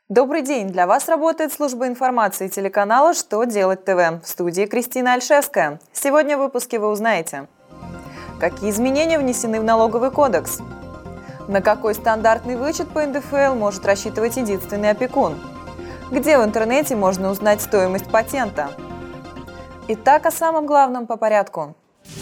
Добрый день! Для вас работает служба информации телеканала «Что делать ТВ». В студии Кристина Альшевская. Сегодня в выпуске вы узнаете: какие изменения внесены в налоговый кодекс, на какой стандартный вычет по НДФЛ может рассчитывать единственный опекун, где в интернете можно узнать стоимость патента. Итак, о самом главном по порядку.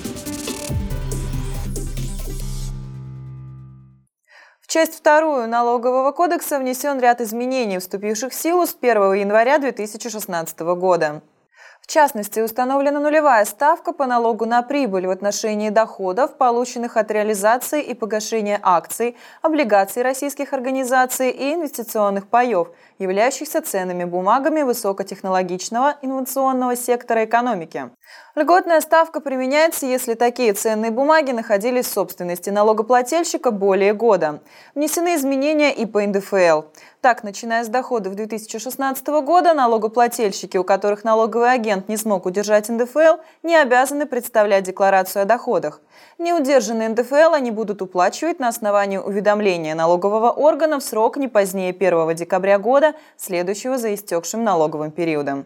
В часть 2 Налогового кодекса внесен ряд изменений, вступивших в силу с 1 января 2016 года. В частности, установлена нулевая ставка по налогу на прибыль в отношении доходов, полученных от реализации и погашения акций, облигаций российских организаций и инвестиционных паев, являющихся ценными бумагами высокотехнологичного инновационного сектора экономики. Льготная ставка применяется, если такие ценные бумаги находились в собственности налогоплательщика более года. Внесены изменения и по НДФЛ. Так, начиная с доходов 2016 года, налогоплательщики, у которых налоговый агент не смог удержать НДФЛ, не обязаны представлять декларацию о доходах. Неудержанный НДФЛ они будут уплачивать на основании уведомления налогового органа в срок не позднее 1 декабря года, следующего за истекшим налоговым периодом.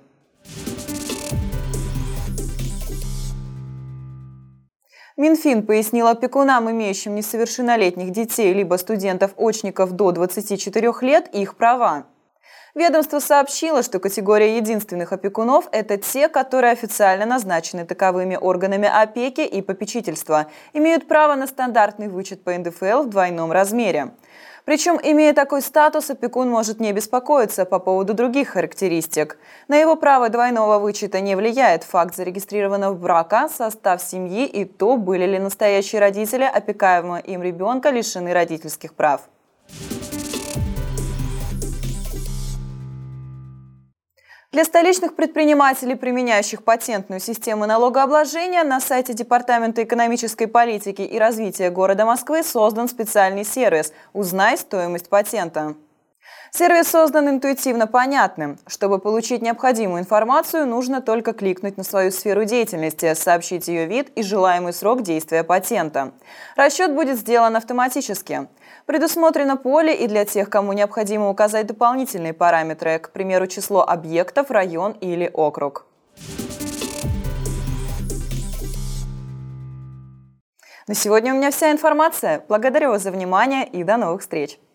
Минфин пояснил опекунам, имеющим несовершеннолетних детей либо студентов-очников до 24 лет, их права. Ведомство сообщило, что категория единственных опекунов – это те, которые официально назначены таковыми органами опеки и попечительства, имеют право на стандартный вычет по НДФЛ в двойном размере. Причем, имея такой статус, опекун может не беспокоиться по поводу других характеристик. На его право двойного вычета не влияет факт зарегистрированного брака, состав семьи и то, были ли настоящие родители опекаемого им ребенка лишены родительских прав. Для столичных предпринимателей, применяющих патентную систему налогообложения, на сайте Департамента экономической политики и развития города Москвы создан специальный сервис «Узнай стоимость патента». Сервис создан интуитивно понятным. Чтобы получить необходимую информацию, нужно только кликнуть на свою сферу деятельности, сообщить ее вид и желаемый срок действия патента. Расчет будет сделан автоматически. Предусмотрено поле и для тех, кому необходимо указать дополнительные параметры, к примеру, число объектов, район или округ. На сегодня у меня вся информация. Благодарю вас за внимание и до новых встреч!